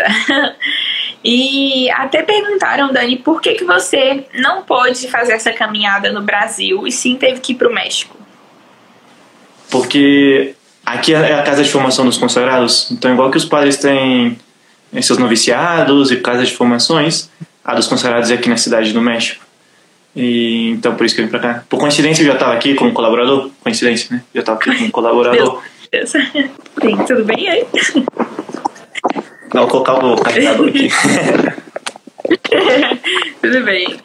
E até perguntaram, Dani, por que você não pôde fazer essa caminhada no Brasil e sim teve que ir para o México? Porque aqui é a casa de formação dos consagrados. Então, igual que os padres têm seus noviciados e casas de formações, a dos consagrados é aqui na cidade do México. E, então, por isso que eu vim pra cá. Por coincidência, eu já estava aqui como colaborador. Coincidência, né? Já estava aqui como colaborador. Deus. Sim, tudo bem aí? Vou colocar o carregador aqui. Tudo bem.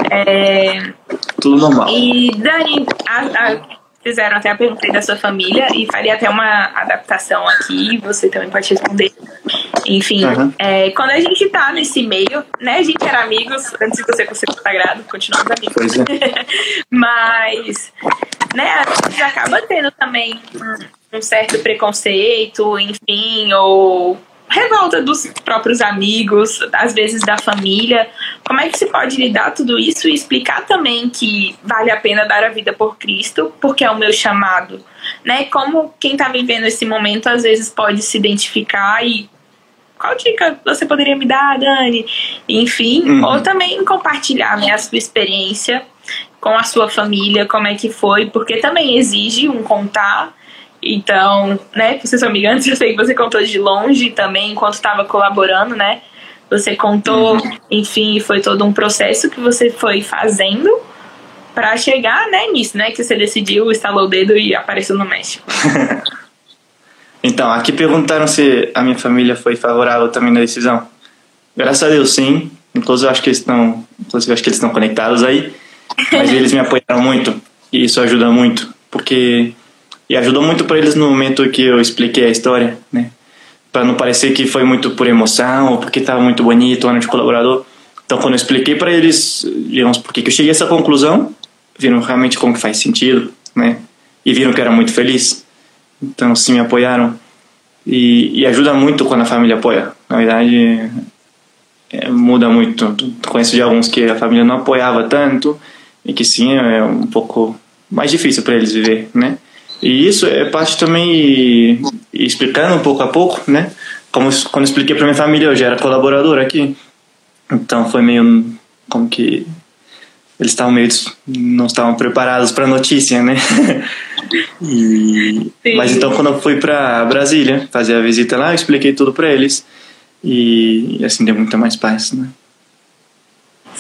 Tudo normal. E, Dani, fizeram até a pergunta da sua família e faria até uma adaptação aqui, você também pode responder. Enfim, quando a gente tá nesse meio, né, a gente era amigos antes de você ser consagrado, continuamos amigos. Pois é. Mas, né, a gente acaba tendo também um certo preconceito, enfim, ou revolta dos próprios amigos, às vezes da família. Como é que se pode lidar tudo isso e explicar também que vale a pena dar a vida por Cristo, porque é o meu chamado, né? Como quem está vivendo esse momento às vezes pode se identificar e qual dica você poderia me dar, Dani? Enfim, ou também compartilhar, né, a sua experiência com a sua família, como é que foi, porque também exige um contar. Então, né, você sua amiga antes, eu sei que você contou de longe também, enquanto estava colaborando, né? Você contou, enfim, foi todo um processo que você foi fazendo para chegar, né, nisso, né? Que você decidiu, estalou o dedo e apareceu no México. Então, aqui perguntaram se a minha família foi favorável também na decisão. Graças a Deus, sim. Inclusive, eu acho que eles estão conectados aí. Mas eles me apoiaram muito. E isso ajuda muito. E ajudou muito para eles no momento que eu expliquei a história, né? Para não parecer que foi muito por emoção ou porque estava muito bonito o ano de colaborador. Então, quando eu expliquei para eles, digamos, por que eu cheguei a essa conclusão, viram realmente como que faz sentido, né? E viram que eu era muito feliz. Então, sim, me apoiaram. E ajuda muito quando a família apoia. Na verdade, muda muito. Conheço de alguns que a família não apoiava tanto e que sim, é um pouco mais difícil para eles viver, né? E isso é parte também explicando pouco a pouco, né? Quando eu expliquei para minha família, eu já era colaborador aqui. Então foi meio como que eles não estavam preparados para a notícia, né? Mas então quando eu fui para Brasília fazer a visita lá, eu expliquei tudo para eles e assim deu muita mais paz, né?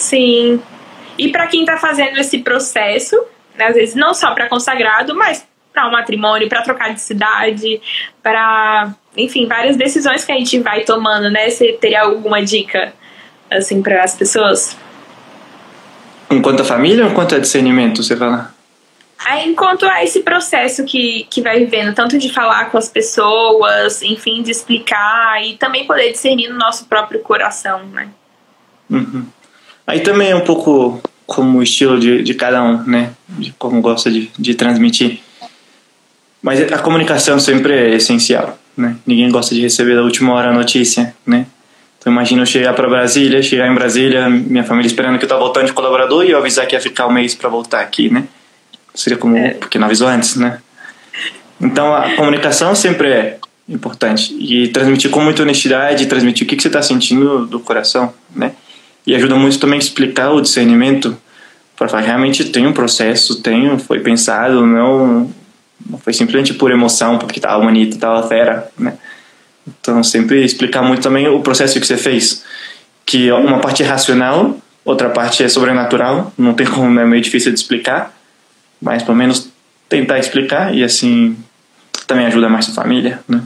Sim. E para quem está fazendo esse processo, né, às vezes não só para consagrado, mas para um matrimônio, para trocar de cidade, para, enfim, várias decisões que a gente vai tomando, né? Você teria alguma dica, assim, para as pessoas? Enquanto a família ou enquanto a discernimento, você fala? Enquanto a esse processo que vai vivendo, tanto de falar com as pessoas, enfim, de explicar e também poder discernir no nosso próprio coração, né? Uhum. Aí também é um pouco como o estilo de cada um, né? De como gosta de transmitir. Mas a comunicação sempre é essencial, né? Ninguém gosta de receber da última hora a notícia, né? Então imagina eu chegar em Brasília, minha família esperando que eu tô voltando de colaborador e eu avisar que ia ficar um mês para voltar aqui, né? Seria como... Porque não avisou antes, né? Então a comunicação sempre é importante. E transmitir com muita honestidade, transmitir o que você está sentindo do coração, né? E ajuda muito também a explicar o discernimento para falar, realmente tem um processo, foi pensado, não foi simplesmente por emoção, porque estava bonito, estava fera, né? Então sempre explicar muito também o processo que você fez, que uma parte é racional, outra parte é sobrenatural, não tem como, é meio difícil de explicar, mas pelo menos tentar explicar e assim também ajuda mais a família, né?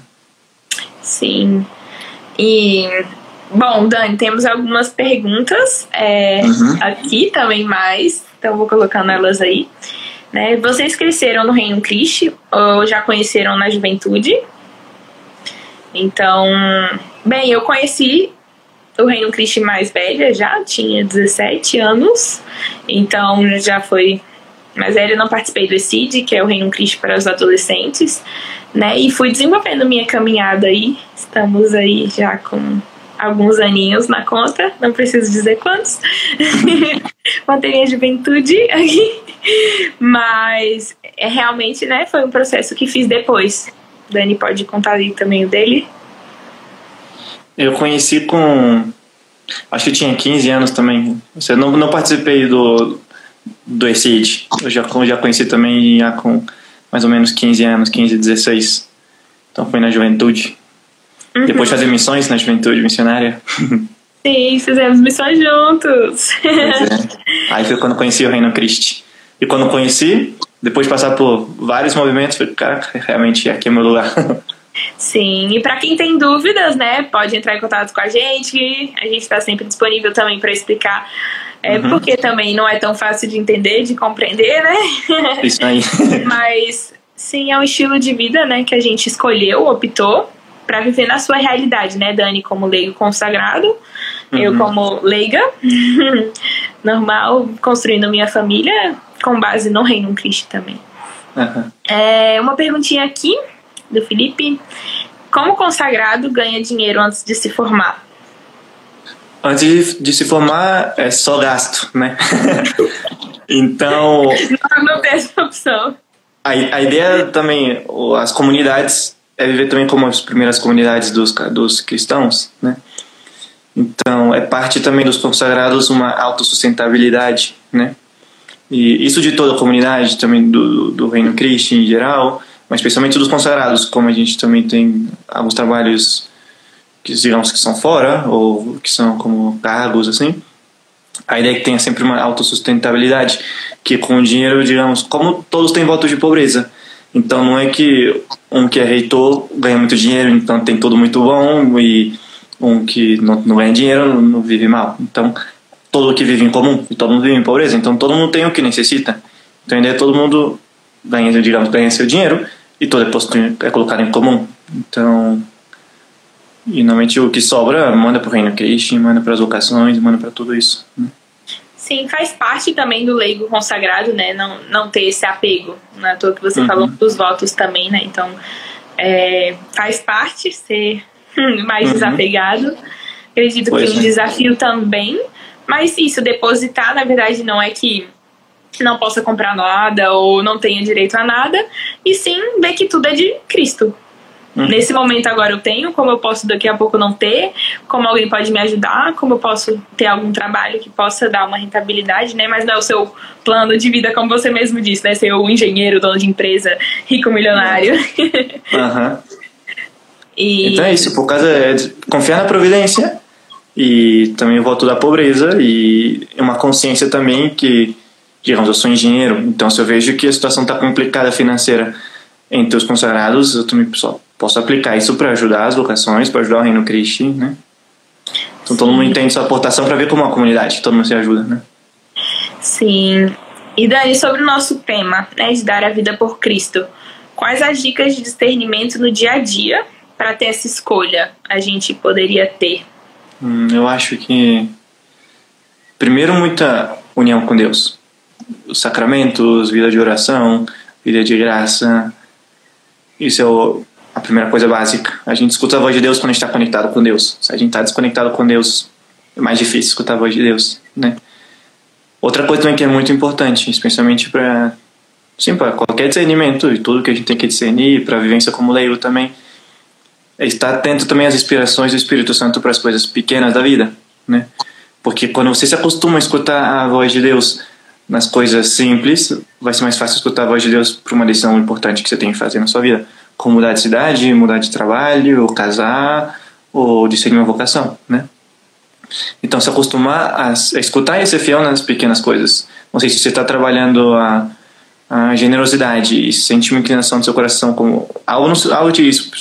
Sim. E bom, Dani, temos algumas perguntas aqui também mais, então vou colocando elas aí, né? Vocês cresceram no Reino Cristo ou já conheceram na juventude? Então, bem, eu conheci o Reino Cristo mais velha, já tinha 17 anos, então já foi mais velha. Não participei do ECID, que é o Reino Cristo para os adolescentes, né? E fui desenvolvendo minha caminhada aí, estamos aí já com alguns aninhos na conta, não preciso dizer quantos. Contei minha juventude aqui, mas realmente, né, foi um processo que fiz depois. Dani pode contar aí também o dele. Eu conheci acho que eu tinha 15 anos também. Eu não participei do ECID. Eu já conheci também já com mais ou menos 15 anos, 15, 16. Então foi na juventude. Depois fazer missões na juventude missionária. Sim, fizemos missões juntos. Aí foi quando conheci o Reino Cristo. E quando conheci, depois de passar por vários movimentos, falei, cara, realmente aqui é meu lugar. Sim, e para quem tem dúvidas, né, pode entrar em contato com a gente está sempre disponível também para explicar, porque também não é tão fácil de entender, de compreender, né? Isso aí. Mas, sim, é um estilo de vida, né, que a gente escolheu, optou para viver na sua realidade, né, Dani como leigo consagrado, eu como leiga, normal, construindo minha família com base no Reino Cristo também. Uma perguntinha aqui do Felipe: como consagrado ganha dinheiro antes de se formar? Antes de se formar é só gasto, né? Então não tem essa opção. A ideia também, as comunidades é viver também como as primeiras comunidades dos cristãos, né? Então é parte também dos consagrados uma autossustentabilidade, né? E isso de toda a comunidade, também do Reino Cristo em geral, mas especialmente dos consagrados, como a gente também tem alguns trabalhos que digamos que são fora, ou que são como cargos, assim. A ideia é que tenha sempre uma autossustentabilidade, que com o dinheiro, digamos, como todos têm votos de pobreza. Então não é que um que é reitor ganha muito dinheiro, então tem tudo muito bom, e um que não ganha dinheiro não vive mal. Então todo que vive em comum, e todo mundo vive em pobreza, então todo mundo tem o que necessita. Então a ideia é todo mundo ganha seu dinheiro e todo é colocado em comum. Então, e normalmente o que sobra manda para o Reino Cristo, manda para as vocações, manda para tudo isso, né? Sim, faz parte também do leigo consagrado, né? Não ter esse apego, não é à toa que você falou dos votos também, né? Então faz parte ser mais desapegado. Acredito que um desafio também. Mas isso, depositar, na verdade, não é que não possa comprar nada ou não tenha direito a nada, e sim ver que tudo é de Cristo. Nesse momento agora eu tenho, como eu posso daqui a pouco não ter, como alguém pode me ajudar, como eu posso ter algum trabalho que possa dar uma rentabilidade, né? Mas não é o seu plano de vida, como você mesmo disse, né? Ser o engenheiro, dono de empresa, rico, milionário. Então é isso, por causa de confiar na providência e também o voto da pobreza e uma consciência também que, digamos, eu sou engenheiro, então se eu vejo que a situação está complicada financeira, entre os consagrados, eu também só posso aplicar isso para ajudar as vocações, para ajudar o Reino Cristo, né? Então todo mundo entende sua aportação para ver como uma comunidade, todo mundo se ajuda, né? Sim. E Dani, sobre o nosso tema, né, de dar a vida por Cristo, quais as dicas de discernimento no dia a dia para ter essa escolha a gente poderia ter? Eu acho que, primeiro, muita união com Deus. Os sacramentos, vida de oração, vida de graça. Isso é a primeira coisa básica. A gente escuta a voz de Deus quando a gente está conectado com Deus. Se a gente está desconectado com Deus, é mais difícil escutar a voz de Deus, né? Outra coisa também que é muito importante, especialmente para qualquer discernimento e tudo que a gente tem que discernir, para a vivência como leigo também, é estar atento também às inspirações do Espírito Santo para as coisas pequenas da vida, né? Porque quando você se acostuma a escutar a voz de Deus nas coisas simples, vai ser mais fácil escutar a voz de Deus para uma decisão importante que você tem que fazer na sua vida, como mudar de cidade, mudar de trabalho, ou casar, ou discernir uma vocação, né? Então, se acostumar a escutar e a ser fiel nas pequenas coisas. Não sei se você está trabalhando a generosidade e sente uma inclinação do seu coração como algo disso,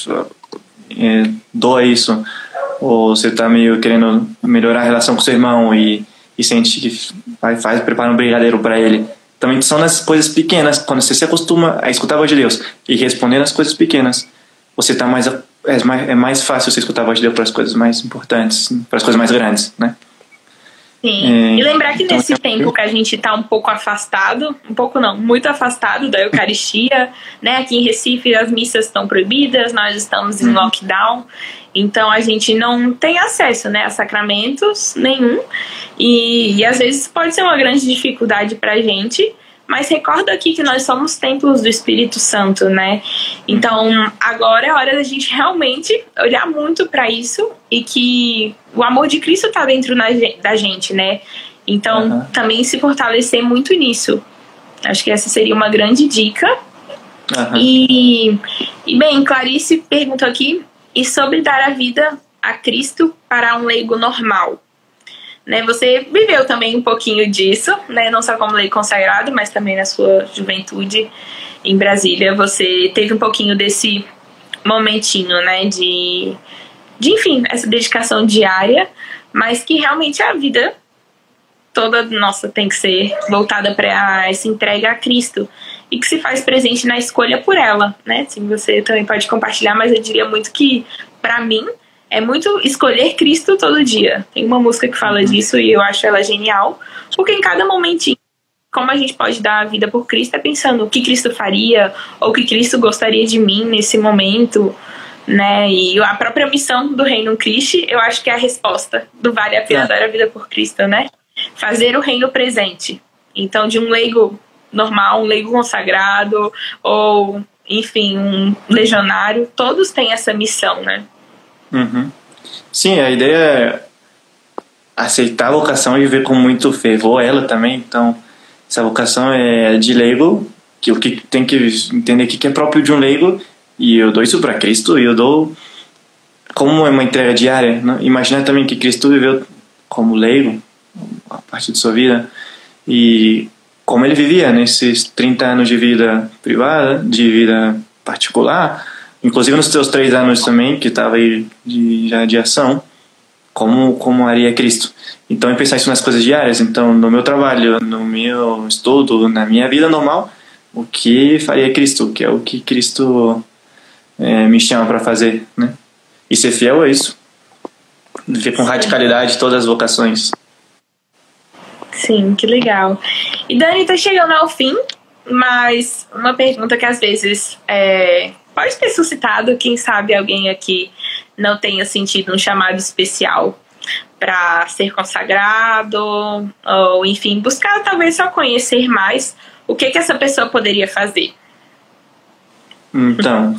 doa isso, ou você está meio querendo melhorar a relação com seu irmão e sente que prepara um brigadeiro para ele. Também são nas coisas pequenas, quando você se acostuma a escutar a voz de Deus e responder nas coisas pequenas, você está é mais fácil você escutar a voz de Deus para as coisas mais importantes, para as coisas mais grandes, né? Sim, e lembrar que nesse tempo que a gente está um pouco afastado, um pouco não, muito afastado da Eucaristia, né? Aqui em Recife as missas estão proibidas, nós estamos em lockdown, então a gente não tem acesso, né, a sacramentos nenhum, e às vezes pode ser uma grande dificuldade para a gente. Mas recorda aqui que nós somos templos do Espírito Santo, né? Então, agora é hora da gente realmente olhar muito para isso e que o amor de Cristo está dentro da gente, né? Então, também se fortalecer muito nisso. Acho que essa seria uma grande dica. E bem, Clarice perguntou aqui, e sobre dar a vida a Cristo para um leigo normal? Né, você viveu também um pouquinho disso, né, não só como leigo consagrado, mas também na sua juventude em Brasília. Você teve um pouquinho desse momentinho, né, de enfim, essa dedicação diária, mas que realmente a vida toda nossa tem que ser voltada para essa entrega a Cristo e que se faz presente na escolha por ela, né? Assim, você também pode compartilhar, mas eu diria muito que, para mim, é muito escolher Cristo todo dia. Tem uma música que fala disso e eu acho ela genial, porque em cada momentinho, como a gente pode dar a vida por Cristo, é pensando o que Cristo faria, ou o que Cristo gostaria de mim nesse momento, né? E a própria missão do Reino Cristo, eu acho que é a resposta do vale a pena dar a vida por Cristo, né? Fazer o reino presente. Então, de um leigo normal, um leigo consagrado, ou, enfim, um legionário, todos têm essa missão, né? Sim, a ideia é aceitar a vocação e ver com muito fervor ela também. Então, essa vocação é de leigo, que o que tem que entender que é próprio de um leigo, e eu dou isso para Cristo, e eu dou como é uma entrega diária, né? Imaginar também que Cristo viveu como leigo a parte de sua vida, e como ele vivia nesses 30 anos de vida privada, de vida particular, inclusive nos seus 3 anos também, que estava aí já de ação, como haria Cristo. Então, eu pensar isso nas coisas diárias. Então, no meu trabalho, no meu estudo, na minha vida normal, o que faria Cristo, que é o que Cristo me chama para fazer, né? E ser fiel a isso. Viver com radicalidade todas as vocações. Sim, que legal. E Dani, tá chegando ao fim, mas uma pergunta que às vezes pode ter suscitado, quem sabe alguém aqui não tenha sentido um chamado especial para ser consagrado, ou enfim, buscar talvez só conhecer mais o que essa pessoa poderia fazer. Então,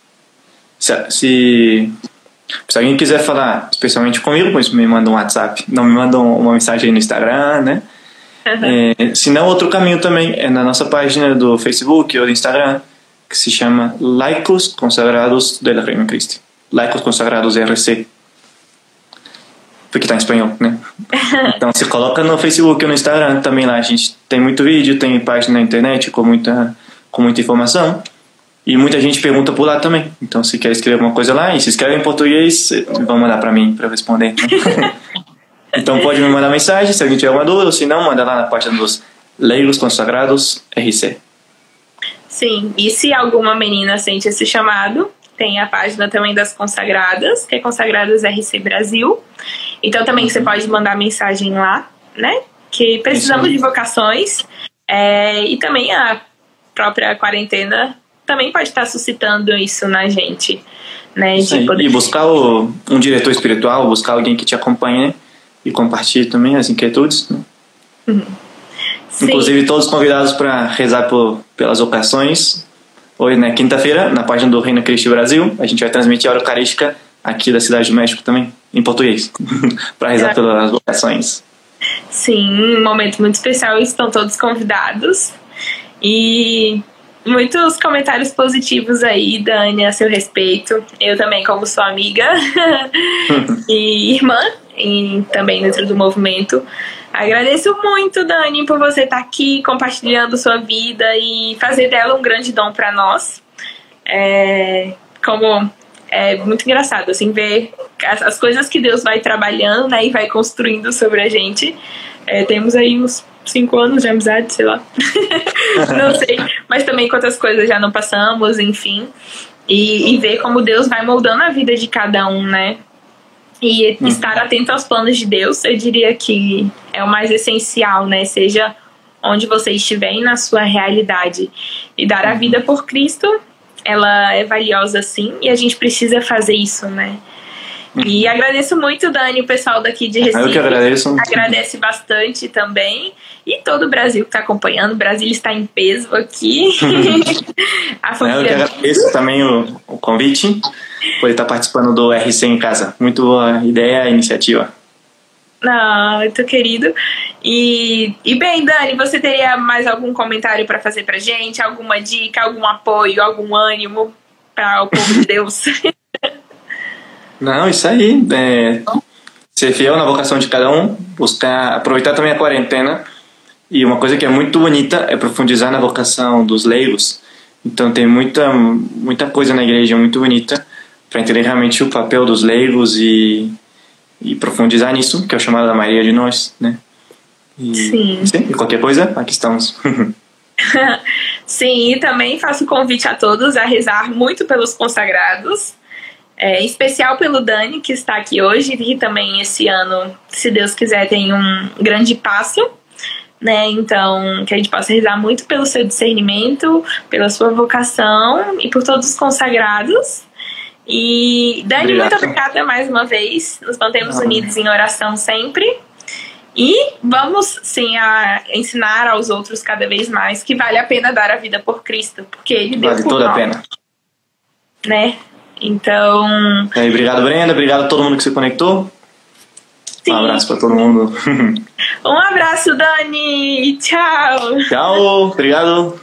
se alguém quiser falar especialmente comigo, pois me manda um WhatsApp, não me manda uma mensagem aí no Instagram, né? Se não, outro caminho também é na nossa página do Facebook ou do Instagram, que se chama Laicos Consagrados del Reino Christi. Laicos Consagrados RC. Porque tá em espanhol, né? Então, se coloca no Facebook ou no Instagram também lá. A gente tem muito vídeo, tem página na internet com muita informação. E muita gente pergunta por lá também. Então, se quer escrever alguma coisa lá, e se escreve em português, vão mandar para mim, para eu responder. Então, pode me mandar mensagem se alguém tiver alguma dúvida, ou se não, manda lá na página dos Leigos Consagrados RC. Sim, e se alguma menina sente esse chamado, tem a página também das Consagradas, que é Consagradas RC Brasil. Então, também você pode mandar mensagem lá, né? Que precisamos de vocações. E também a própria quarentena também pode estar suscitando isso na gente, né? E buscar um diretor espiritual, buscar alguém que te acompanhe, né? E compartilhe também as inquietudes, né? Inclusive todos convidados para rezar pelas vocações. Hoje, na quinta-feira, na página do Reino Cristo Brasil, a gente vai transmitir a hora eucarística aqui da Cidade do México também, em português, para rezar pelas vocações. Sim, um momento muito especial, estão todos convidados. E muitos comentários positivos aí, Dani, a seu respeito. Eu também, como sua amiga e irmã, e também dentro do movimento. Agradeço muito, Dani, por você estar aqui compartilhando sua vida e fazer dela um grande dom para nós. Como é muito engraçado, assim, ver as coisas que Deus vai trabalhando, né, e vai construindo sobre a gente. Temos aí uns 5 anos de amizade, sei lá. Não sei. Mas também quantas coisas já não passamos, enfim. E ver como Deus vai moldando a vida de cada um, né? E estar atento aos planos de Deus, eu diria que é o mais essencial, né? Seja onde você estiver na sua realidade. E dar a vida por Cristo, ela é valiosa sim, e a gente precisa fazer isso, né? E agradeço muito, Dani, o pessoal daqui de Recife. Eu que agradeço. Agradece bastante também. E todo o Brasil que está acompanhando. O Brasil está em peso aqui. Eu que agradeço também o convite, por estar participando do RC em Casa. Muito boa ideia, iniciativa. Muito querido. E bem, Dani, você teria mais algum comentário para fazer pra gente? Alguma dica, algum apoio, algum ânimo para o povo de Deus? Não, isso aí. Ser fiel na vocação de cada um, aproveitar também a quarentena. E uma coisa que é muito bonita é profundizar na vocação dos leigos. Então tem muita coisa na igreja muito bonita para entender realmente o papel dos leigos e profundizar nisso, que é o chamado da Maria de nós, né? Sim. E qualquer coisa, aqui estamos. Sim, e também faço convite a todos a rezar muito pelos consagrados. Em especial pelo Dani, que está aqui hoje, e também esse ano, se Deus quiser, tem um grande passo, né? Então, que a gente possa rezar muito pelo seu discernimento, pela sua vocação e por todos os consagrados. E Dani, muito obrigada mais uma vez. Nos mantemos unidos em oração sempre. E vamos, sim, a ensinar aos outros cada vez mais que vale a pena dar a vida por Cristo, porque Ele deu por nós. Vale toda a pena. Né? Então... Obrigado, Brenda. Obrigado a todo mundo que se conectou. Sim. Um abraço para todo mundo. Um abraço, Dani. Tchau. Tchau. Obrigado.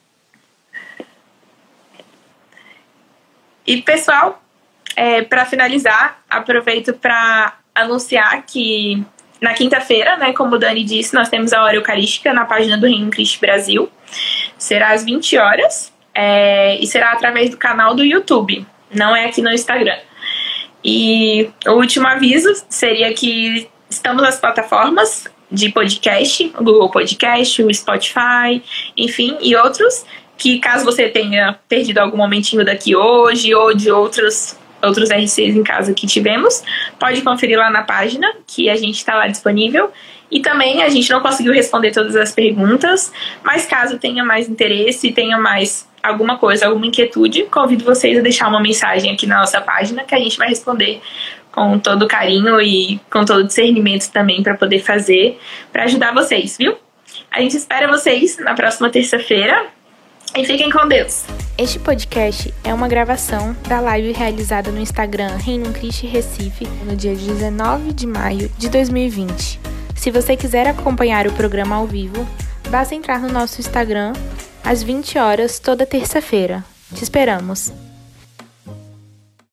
E, pessoal, para finalizar, aproveito para anunciar que na quinta-feira, né, como o Dani disse, nós temos a hora eucarística na página do Reino Cristo Brasil. Será às 20 horas e será através do canal do YouTube. Não é aqui no Instagram. E o último aviso seria que estamos nas plataformas de podcast, o Google Podcast, o Spotify, enfim, e outros, que caso você tenha perdido algum momentinho daqui hoje ou de outros RCs em casa que tivemos, pode conferir lá na página, que a gente está lá disponível. E também a gente não conseguiu responder todas as perguntas, mas caso tenha mais interesse, tenha mais alguma coisa, alguma inquietude, convido vocês a deixar uma mensagem aqui na nossa página, que a gente vai responder com todo carinho e com todo discernimento também para poder fazer, para ajudar vocês, viu? A gente espera vocês na próxima terça-feira e fiquem com Deus. Este podcast é uma gravação da live realizada no Instagram Reino Cristo Recife no dia 19 de maio de 2020. Se você quiser acompanhar o programa ao vivo, basta entrar no nosso Instagram às 20 horas toda terça-feira. Te esperamos!